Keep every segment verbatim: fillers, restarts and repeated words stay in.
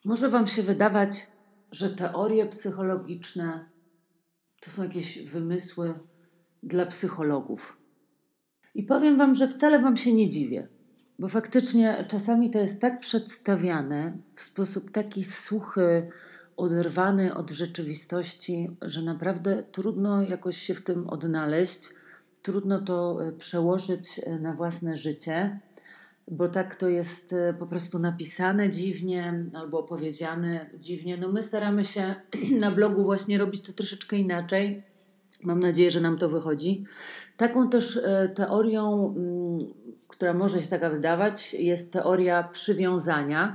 Może Wam się wydawać, że teorie psychologiczne to są jakieś wymysły dla psychologów. I powiem Wam, że wcale Wam się nie dziwię, bo faktycznie czasami to jest tak przedstawiane w sposób taki suchy, oderwany od rzeczywistości, że naprawdę trudno jakoś się w tym odnaleźć, trudno to e, przełożyć e, na własne życie, bo tak to jest e, po prostu napisane dziwnie albo opowiedziane dziwnie. No my staramy się na blogu właśnie robić to troszeczkę inaczej. Mam nadzieję, że nam to wychodzi. Taką też e, teorią, mm, która może się taka wydawać, jest teoria przywiązania.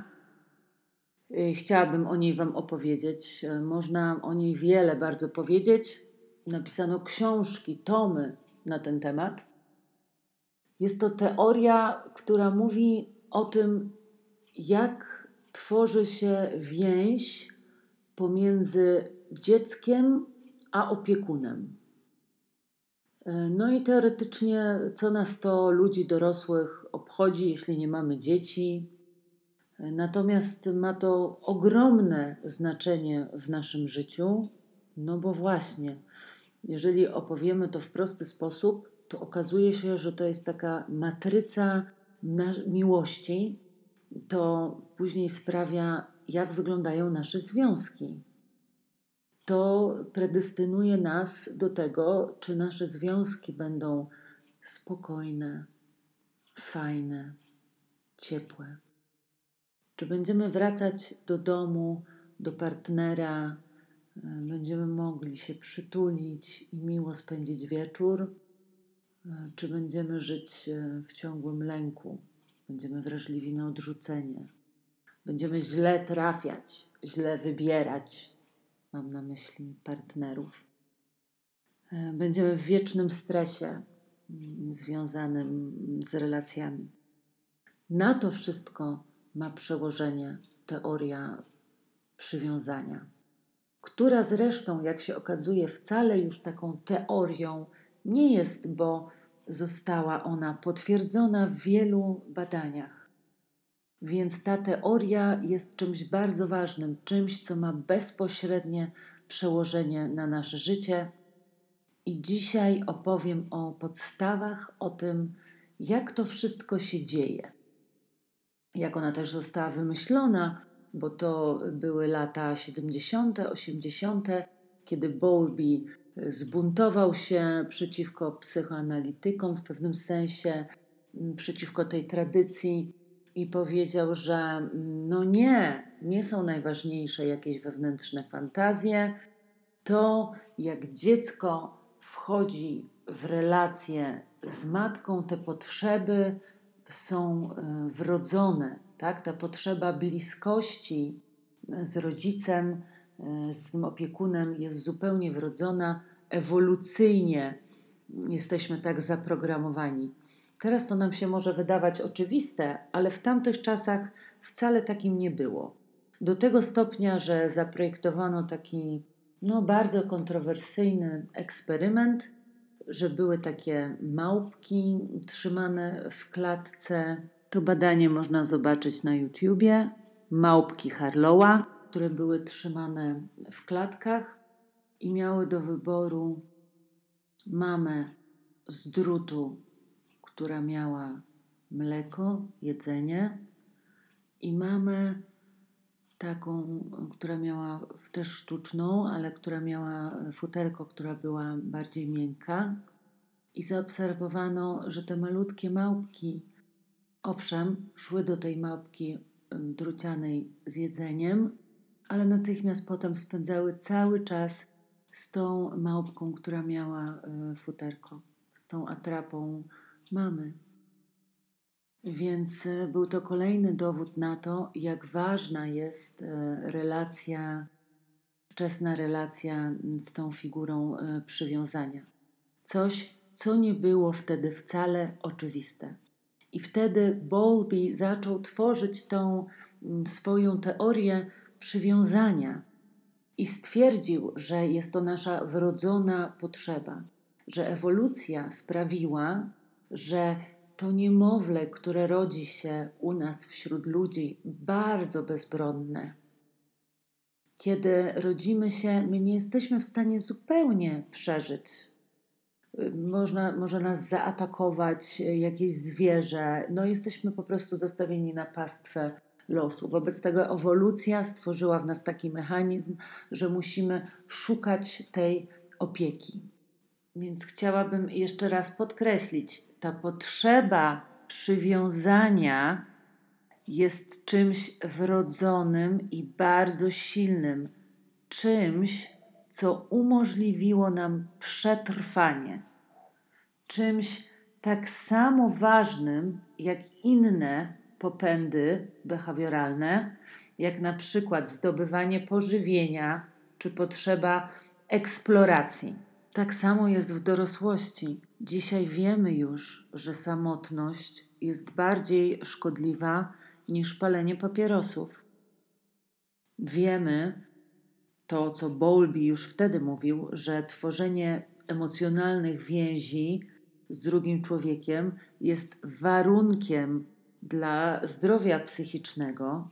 E, Chciałabym o niej Wam opowiedzieć. E, Można o niej wiele bardzo powiedzieć. Napisano książki, tomy na ten temat. Jest to teoria, która mówi o tym, jak tworzy się więź pomiędzy dzieckiem a opiekunem. No i teoretycznie, co nas to ludzi dorosłych obchodzi, jeśli nie mamy dzieci. Natomiast ma to ogromne znaczenie w naszym życiu, no bo właśnie, jeżeli opowiemy to w prosty sposób, to okazuje się, że to jest taka matryca miłości. To później sprawia, jak wyglądają nasze związki. To predestynuje nas do tego, czy nasze związki będą spokojne, fajne, ciepłe. Czy będziemy wracać do domu, do partnera, będziemy mogli się przytulić i miło spędzić wieczór, czy będziemy żyć w ciągłym lęku, będziemy wrażliwi na odrzucenie, będziemy źle trafiać, źle wybierać, mam na myśli partnerów. Będziemy w wiecznym stresie związanym z relacjami. Na to wszystko ma przełożenie teoria przywiązania, która zresztą, jak się okazuje, wcale już taką teorią nie jest, bo została ona potwierdzona w wielu badaniach. Więc ta teoria jest czymś bardzo ważnym, czymś, co ma bezpośrednie przełożenie na nasze życie. I dzisiaj opowiem o podstawach, o tym, jak to wszystko się dzieje. Jak ona też została wymyślona, bo to były lata siedemdziesiąte, osiemdziesiąte, kiedy Bowlby zbuntował się przeciwko psychoanalitykom w pewnym sensie, przeciwko tej tradycji i powiedział, że no nie, nie są najważniejsze jakieś wewnętrzne fantazje. To, jak dziecko wchodzi w relacje z matką, te potrzeby są wrodzone, tak? Ta potrzeba bliskości z rodzicem, z tym opiekunem jest zupełnie wrodzona, ewolucyjnie jesteśmy tak zaprogramowani. Teraz to nam się może wydawać oczywiste, ale w tamtych czasach wcale takim nie było. Do tego stopnia, że zaprojektowano taki no, bardzo kontrowersyjny eksperyment, że były takie małpki trzymane w klatce. To badanie można zobaczyć na YouTubie. Małpki Harlowa, które były trzymane w klatkach i miały do wyboru mamę z drutu, która miała mleko, jedzenie, i mamę taką, która miała też sztuczną, ale która miała futerko, która była bardziej miękka. I zaobserwowano, że te malutkie małpki, owszem, szły do tej małpki drucianej z jedzeniem, ale natychmiast potem spędzały cały czas z tą małpką, która miała futerko, z tą atrapą mamy. Więc był to kolejny dowód na to, jak ważna jest relacja, wczesna relacja z tą figurą przywiązania. Coś, co nie było wtedy wcale oczywiste. I wtedy Bowlby zaczął tworzyć tą swoją teorię przywiązania i stwierdził, że jest to nasza wrodzona potrzeba, że ewolucja sprawiła, że to niemowlę, które rodzi się u nas wśród ludzi, bardzo bezbronne, Kiedy rodzimy się, my nie jesteśmy w stanie zupełnie przeżyć. Można, może nas zaatakować jakieś zwierzę. No jesteśmy po prostu zostawieni na pastwę losu. Wobec tego ewolucja stworzyła w nas taki mechanizm, że musimy szukać tej opieki. Więc chciałabym jeszcze raz podkreślić, ta potrzeba przywiązania jest czymś wrodzonym i bardzo silnym, czymś, co umożliwiło nam przetrwanie, czymś tak samo ważnym jak inne popędy behawioralne, jak na przykład zdobywanie pożywienia czy potrzeba eksploracji. Tak samo jest w dorosłości. Dzisiaj wiemy już, że samotność jest bardziej szkodliwa niż palenie papierosów. Wiemy to, co Bowlby już wtedy mówił, że tworzenie emocjonalnych więzi z drugim człowiekiem jest warunkiem dla zdrowia psychicznego.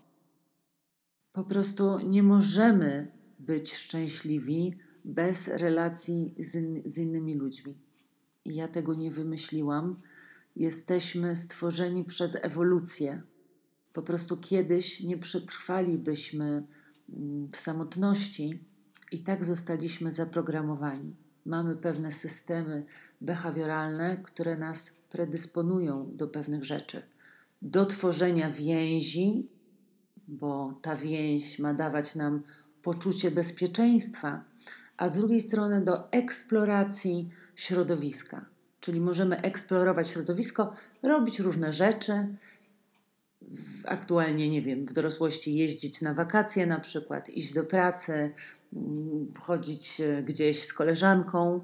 Po prostu nie możemy być szczęśliwi bez relacji z, in- z innymi ludźmi. I ja tego nie wymyśliłam. Jesteśmy stworzeni przez ewolucję. Po prostu kiedyś nie przetrwalibyśmy w samotności i tak zostaliśmy zaprogramowani. Mamy pewne systemy behawioralne, które nas predysponują do pewnych rzeczy. Do tworzenia więzi, bo ta więź ma dawać nam poczucie bezpieczeństwa, a z drugiej strony do eksploracji środowiska. Czyli możemy eksplorować środowisko, robić różne rzeczy, aktualnie, nie wiem, w dorosłości jeździć na wakacje na przykład, iść do pracy, chodzić gdzieś z koleżanką.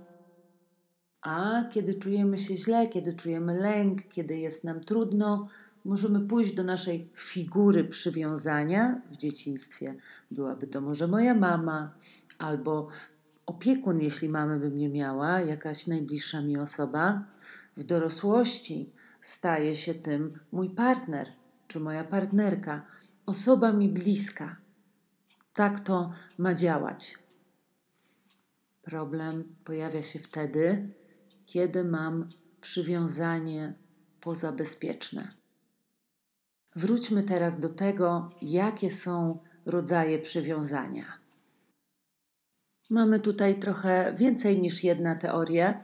A kiedy czujemy się źle, kiedy czujemy lęk, kiedy jest nam trudno, możemy pójść do naszej figury przywiązania w dzieciństwie. Byłaby to może moja mama albo opiekun, jeśli mamy bym nie miała, jakaś najbliższa mi osoba. W dorosłości staje się tym mój partner czy moja partnerka, osoba mi bliska. Tak to ma działać. Problem pojawia się wtedy, kiedy mam przywiązanie pozabezpieczne. Wróćmy teraz do tego, jakie są rodzaje przywiązania. Mamy tutaj trochę więcej niż jedna teoria,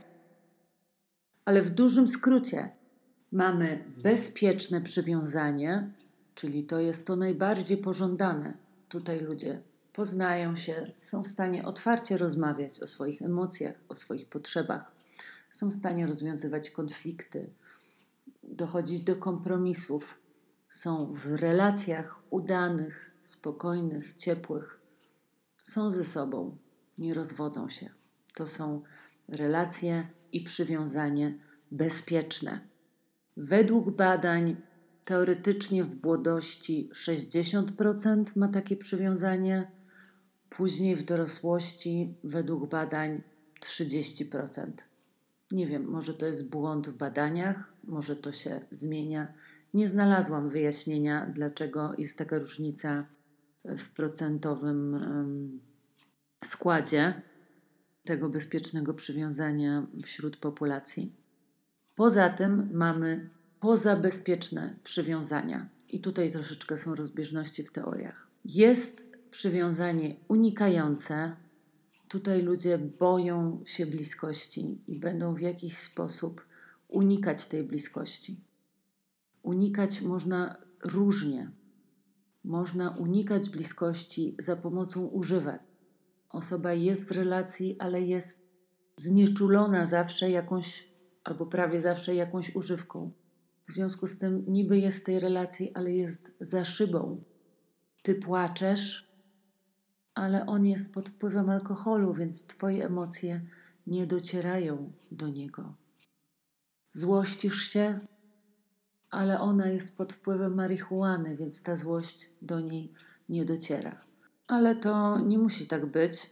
ale w dużym skrócie mamy bezpieczne przywiązanie, czyli to jest to najbardziej pożądane. Tutaj ludzie poznają się, są w stanie otwarcie rozmawiać o swoich emocjach, o swoich potrzebach, są w stanie rozwiązywać konflikty, dochodzić do kompromisów, są w relacjach udanych, spokojnych, ciepłych, są ze sobą, nie rozwodzą się. To są relacje i przywiązanie bezpieczne. Według badań teoretycznie w młodości sześćdziesiąt procent ma takie przywiązanie, później w dorosłości według badań trzydzieści procent. Nie wiem, może to jest błąd w badaniach, może to się zmienia. Nie znalazłam wyjaśnienia, dlaczego jest taka różnica w procentowym um, składzie tego bezpiecznego przywiązania wśród populacji. Poza tym mamy pozabezpieczne przywiązania. I tutaj troszeczkę są rozbieżności w teoriach. Jest przywiązanie unikające. Tutaj ludzie boją się bliskości i będą w jakiś sposób unikać tej bliskości. Unikać można różnie. Można unikać bliskości za pomocą używek. Osoba jest w relacji, ale jest znieczulona zawsze jakąś, albo prawie zawsze jakąś używką. W związku z tym niby jest w tej relacji, ale jest za szybą. Ty płaczesz, ale on jest pod wpływem alkoholu, więc twoje emocje nie docierają do niego. Złościsz się, ale ona jest pod wpływem marihuany, więc ta złość do niej nie dociera. Ale to nie musi tak być,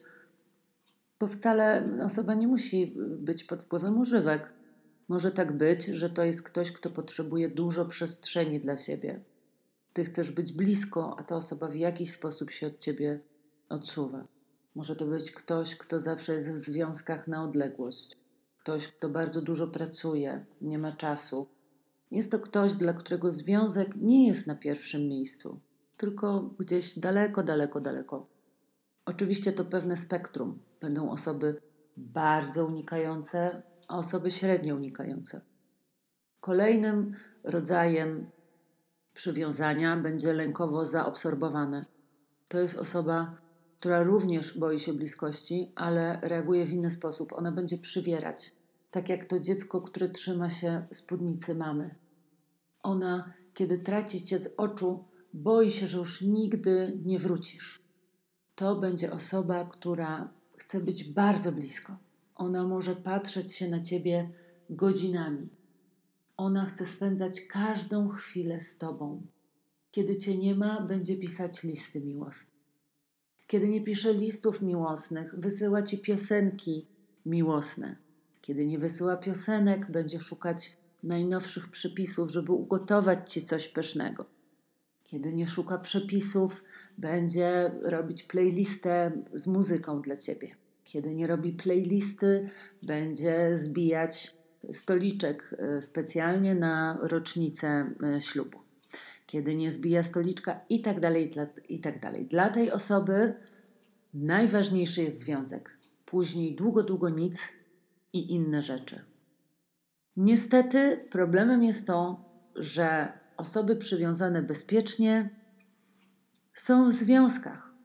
bo wcale osoba nie musi być pod wpływem używek. Może tak być, że to jest ktoś, kto potrzebuje dużo przestrzeni dla siebie. Ty chcesz być blisko, a ta osoba w jakiś sposób się od ciebie odsuwa. Może to być ktoś, kto zawsze jest w związkach na odległość. Ktoś, kto bardzo dużo pracuje, nie ma czasu. Jest to ktoś, dla którego związek nie jest na pierwszym miejscu, tylko gdzieś daleko, daleko, daleko. Oczywiście to pewne spektrum. Będą osoby bardzo unikające, a osoby średnio unikające. Kolejnym rodzajem przywiązania będzie lękowo zaabsorbowane. To jest osoba, która również boi się bliskości, ale reaguje w inny sposób. Ona będzie przywierać. Tak jak to dziecko, które trzyma się spódnicy mamy. Ona, kiedy traci cię z oczu, boi się, że już nigdy nie wrócisz. To będzie osoba, która chce być bardzo blisko. Ona może patrzeć się na ciebie godzinami. Ona chce spędzać każdą chwilę z tobą. Kiedy cię nie ma, będzie pisać listy miłosne. Kiedy nie pisze listów miłosnych, wysyła ci piosenki miłosne. Kiedy nie wysyła piosenek, będzie szukać najnowszych przepisów, żeby ugotować ci coś pysznego. Kiedy nie szuka przepisów, będzie robić playlistę z muzyką dla ciebie. Kiedy nie robi playlisty, będzie zbijać stoliczek specjalnie na rocznicę ślubu. Kiedy nie zbija stoliczka i tak dalej, i tak dalej. Dla tej osoby najważniejszy jest związek. Później długo, długo nic i inne rzeczy. Niestety problemem jest to, że osoby przywiązane bezpiecznie są w związkach.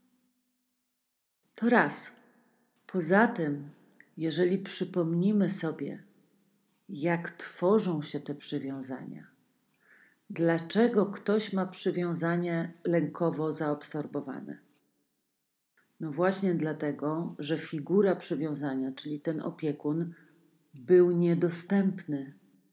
To raz. Poza tym, jeżeli przypomnimy sobie, jak tworzą się te przywiązania, dlaczego ktoś ma przywiązanie lękowo zaabsorbowane? No właśnie dlatego, że figura przywiązania, czyli ten opiekun, był niedostępny.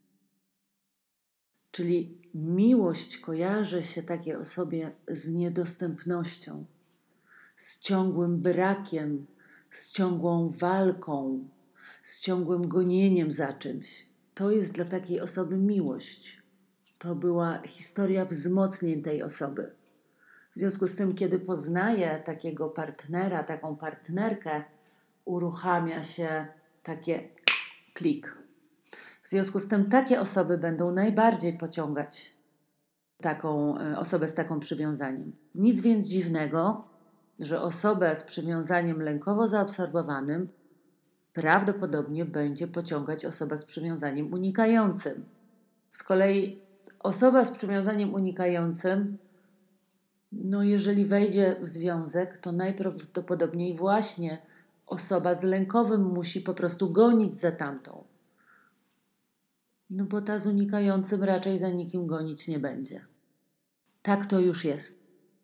Czyli miłość kojarzy się takiej osobie z niedostępnością, z ciągłym brakiem, z ciągłą walką, z ciągłym gonieniem za czymś. To jest dla takiej osoby miłość. To była historia wzmocnień tej osoby. W związku z tym, kiedy poznaje takiego partnera, taką partnerkę, uruchamia się takie klik. W związku z tym takie osoby będą najbardziej pociągać taką osobę z takim przywiązaniem. Nic więc dziwnego, że osobę z przywiązaniem lękowo zaabsorbowanym prawdopodobnie będzie pociągać osoba z przywiązaniem unikającym. Z kolei osoba z przywiązaniem unikającym, no jeżeli wejdzie w związek, to najprawdopodobniej właśnie osoba z lękowym musi po prostu gonić za tamtą. No bo ta z unikającym raczej za nikim gonić nie będzie. Tak to już jest.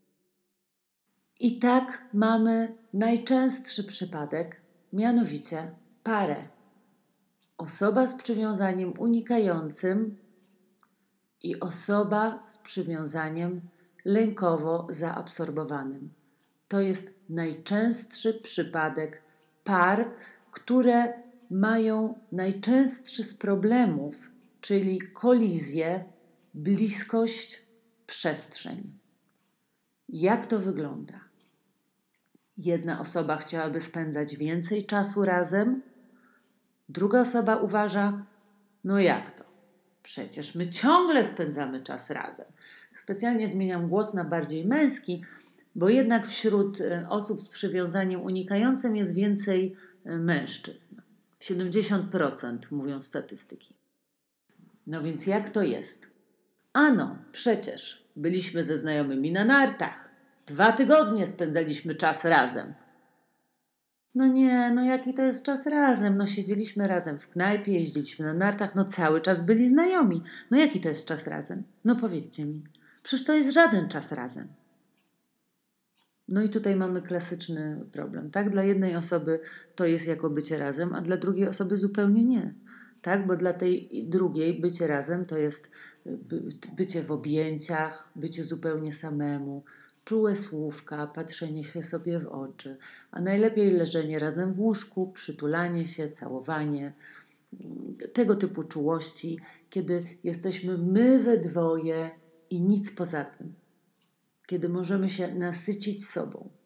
I tak mamy najczęstszy przypadek, mianowicie parę. Osoba z przywiązaniem unikającym i osoba z przywiązaniem lękowo zaabsorbowanym. To jest najczęstszy przypadek par, które mają najczęstszy z problemów, czyli kolizję, bliskość, przestrzeń. Jak to wygląda? Jedna osoba chciałaby spędzać więcej czasu razem, druga osoba uważa, no jak to? Przecież my ciągle spędzamy czas razem. Specjalnie zmieniam głos na bardziej męski, bo jednak wśród osób z przywiązaniem unikającym jest więcej mężczyzn. siedemdziesiąt procent mówią statystyki. No więc jak to jest? Ano, przecież byliśmy ze znajomymi na nartach. Dwa tygodnie spędzaliśmy czas razem. No nie, no jaki to jest czas razem? No siedzieliśmy razem w knajpie, jeździliśmy na nartach, no cały czas byli znajomi. No jaki to jest czas razem? No powiedzcie mi. Przecież to jest żaden czas razem. No i tutaj mamy klasyczny problem, tak? Dla jednej osoby to jest jako bycie razem, a dla drugiej osoby zupełnie nie. Tak? Bo dla tej drugiej bycie razem to jest by, bycie w objęciach, bycie zupełnie samemu, czułe słówka, patrzenie się sobie w oczy, a najlepiej leżenie razem w łóżku, przytulanie się, całowanie, tego typu czułości, kiedy jesteśmy my we dwoje i nic poza tym. Kiedy możemy się nasycić sobą.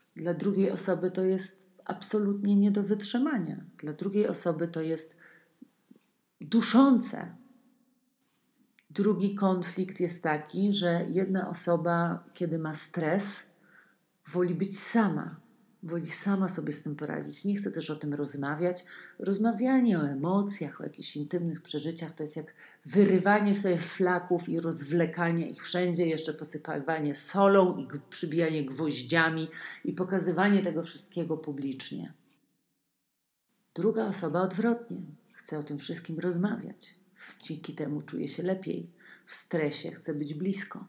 Dla drugiej osoby to jest absolutnie nie do wytrzymania. Dla drugiej osoby to jest duszące. Drugi konflikt jest taki, że jedna osoba, kiedy ma stres, woli być sama. Woli sama sobie z tym poradzić. Nie chce też o tym rozmawiać. Rozmawianie o emocjach, o jakichś intymnych przeżyciach to jest jak wyrywanie sobie flaków i rozwlekanie ich wszędzie, jeszcze posypywanie solą i przybijanie gwoździami i pokazywanie tego wszystkiego publicznie. Druga osoba odwrotnie. Chce o tym wszystkim rozmawiać. Dzięki temu czuje się lepiej. W stresie chce być blisko.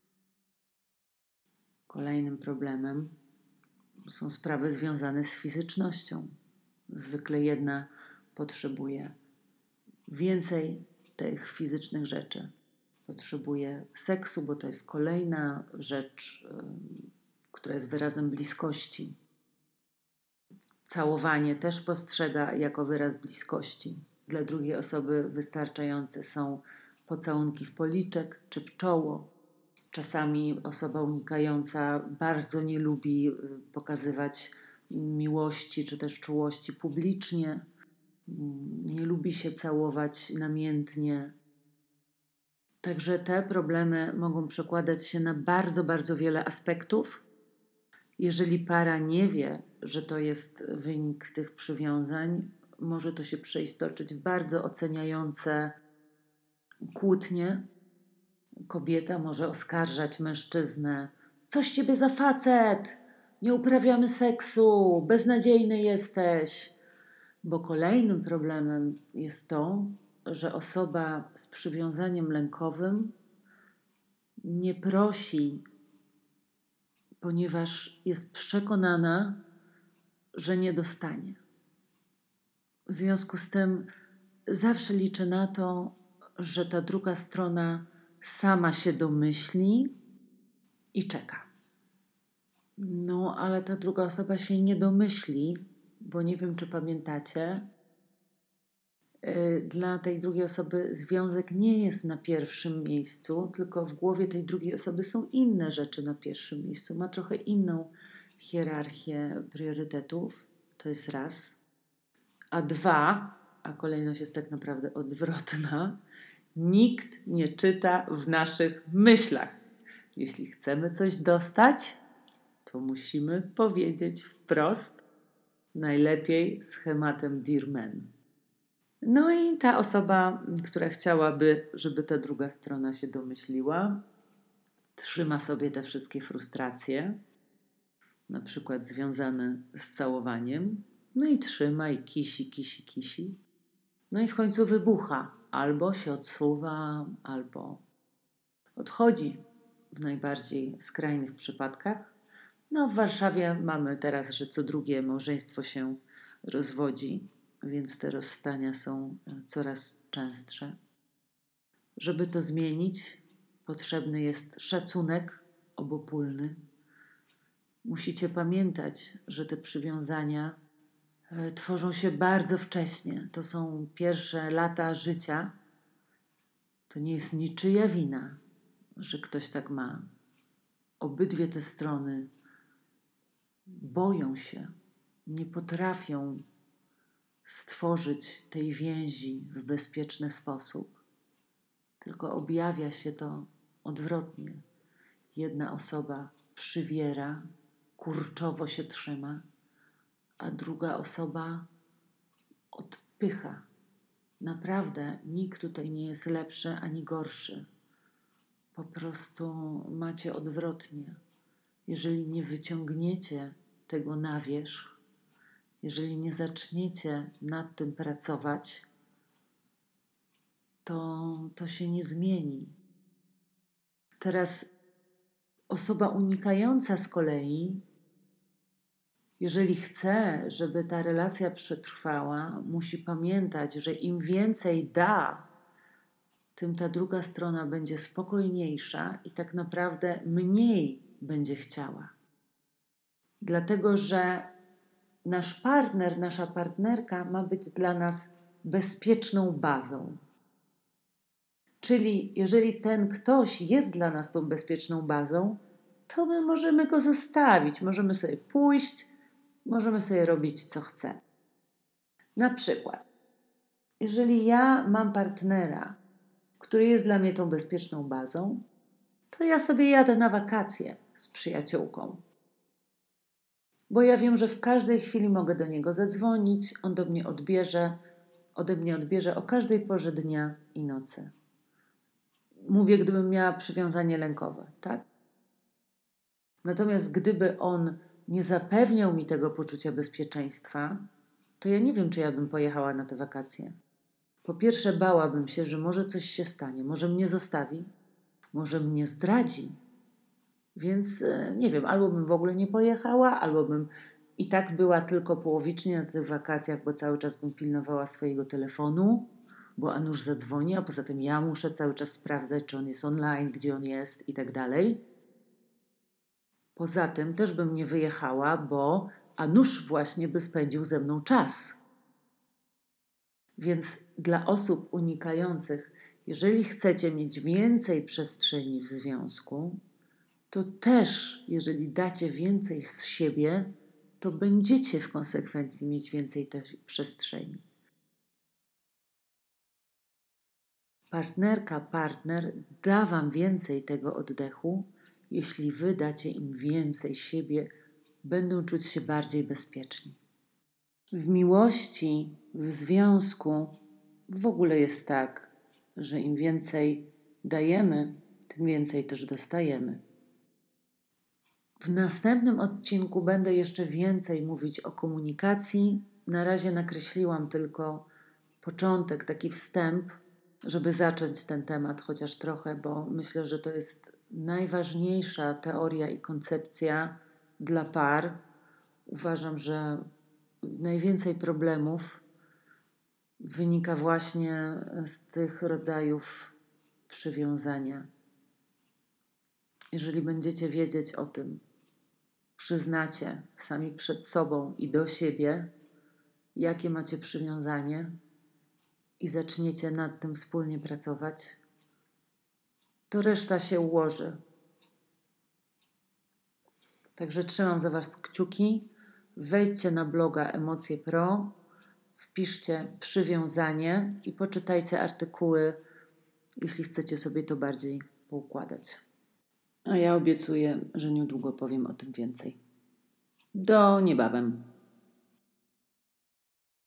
Kolejnym problemem są sprawy związane z fizycznością. Zwykle jedna potrzebuje więcej tych fizycznych rzeczy. Potrzebuje seksu, bo to jest kolejna rzecz, yy, która jest wyrazem bliskości. Całowanie też postrzega jako wyraz bliskości. Dla drugiej osoby wystarczające są pocałunki w policzek czy w czoło. Czasami osoba unikająca bardzo nie lubi pokazywać miłości czy też czułości publicznie. Nie lubi się całować namiętnie. Także te problemy mogą przekładać się na bardzo, bardzo wiele aspektów. Jeżeli para nie wie, że to jest wynik tych przywiązań, może to się przeistoczyć w bardzo oceniające kłótnie. Kobieta może oskarżać mężczyznę: coś ciebie za facet, nie uprawiamy seksu, beznadziejny jesteś. Bo kolejnym problemem jest to, że osoba z przywiązaniem lękowym nie prosi, ponieważ jest przekonana, że nie dostanie. W związku z tym zawsze liczy na to, że ta druga strona sama się domyśli i czeka. No, ale ta druga osoba się nie domyśli, bo nie wiem, czy pamiętacie, dla tej drugiej osoby związek nie jest na pierwszym miejscu, tylko w głowie tej drugiej osoby są inne rzeczy na pierwszym miejscu. Ma trochę inną hierarchię priorytetów, to jest raz. A dwa, a kolejność jest tak naprawdę odwrotna, nikt nie czyta w naszych myślach. Jeśli chcemy coś dostać, to musimy powiedzieć wprost, najlepiej schematem Dear Man. No i ta osoba, która chciałaby, żeby ta druga strona się domyśliła, trzyma sobie te wszystkie frustracje, na przykład związane z całowaniem, no i trzyma i kisi, kisi, kisi. No i w końcu wybucha. Albo się odsuwa, albo odchodzi w najbardziej skrajnych przypadkach. No w Warszawie mamy teraz, że co drugie małżeństwo się rozwodzi, więc te rozstania są coraz częstsze. Żeby to zmienić, potrzebny jest szacunek obopólny. Musicie pamiętać, że te przywiązania tworzą się bardzo wcześnie. To są pierwsze lata życia. To nie jest niczyja wina, że ktoś tak ma. Obydwie te strony boją się, nie potrafią stworzyć tej więzi w bezpieczny sposób. Tylko objawia się to odwrotnie. Jedna osoba przywiera, kurczowo się trzyma, a druga osoba odpycha. Naprawdę nikt tutaj nie jest lepszy ani gorszy. Po prostu macie odwrotnie. Jeżeli nie wyciągniecie tego na wierzch, jeżeli nie zaczniecie nad tym pracować, to, to się nie zmieni. Teraz osoba unikająca z kolei, jeżeli chce, żeby ta relacja przetrwała, musi pamiętać, że im więcej da, tym ta druga strona będzie spokojniejsza i tak naprawdę mniej będzie chciała. Dlatego, że nasz partner, nasza partnerka ma być dla nas bezpieczną bazą. Czyli jeżeli ten ktoś jest dla nas tą bezpieczną bazą, to my możemy go zostawić, możemy sobie pójść, możemy sobie robić co chcemy. Na przykład, jeżeli ja mam partnera, który jest dla mnie tą bezpieczną bazą, to ja sobie jadę na wakacje z przyjaciółką. Bo ja wiem, że w każdej chwili mogę do niego zadzwonić, on do mnie odbierze, ode mnie odbierze o każdej porze dnia i nocy. Mówię, gdybym miała przywiązanie lękowe, tak? Natomiast gdyby on nie zapewniał mi tego poczucia bezpieczeństwa, to ja nie wiem, czy ja bym pojechała na te wakacje. Po pierwsze, bałabym się, że może coś się stanie, może mnie zostawi, może mnie zdradzi. Więc nie wiem, albo bym w ogóle nie pojechała, albo bym i tak była tylko połowicznie na tych wakacjach, bo cały czas bym pilnowała swojego telefonu, bo a nuż zadzwoni, a poza tym ja muszę cały czas sprawdzać, czy on jest online, gdzie on jest i tak dalej. Poza tym też bym nie wyjechała, bo a nuż właśnie by spędził ze mną czas. Więc dla osób unikających, jeżeli chcecie mieć więcej przestrzeni w związku, to też, jeżeli dacie więcej z siebie, to będziecie w konsekwencji mieć więcej też przestrzeni. Partnerka, partner da wam więcej tego oddechu, jeśli wy dacie im więcej siebie, będą czuć się bardziej bezpieczni. W miłości, w związku w ogóle jest tak, że im więcej dajemy, tym więcej też dostajemy. W następnym odcinku będę jeszcze więcej mówić o komunikacji. Na razie nakreśliłam tylko początek, taki wstęp, żeby zacząć ten temat chociaż trochę, bo myślę, że to jest najważniejsza teoria i koncepcja dla par. Uważam, że najwięcej problemów wynika właśnie z tych rodzajów przywiązania. Jeżeli będziecie wiedzieć o tym, przyznacie sami przed sobą i do siebie, jakie macie przywiązanie i zaczniecie nad tym wspólnie pracować, to reszta się ułoży. Także trzymam za was kciuki. Wejdźcie na bloga Emocje Pro, wpiszcie przywiązanie i poczytajcie artykuły, jeśli chcecie sobie to bardziej poukładać. A ja obiecuję, że niedługo powiem o tym więcej. Do niebawem.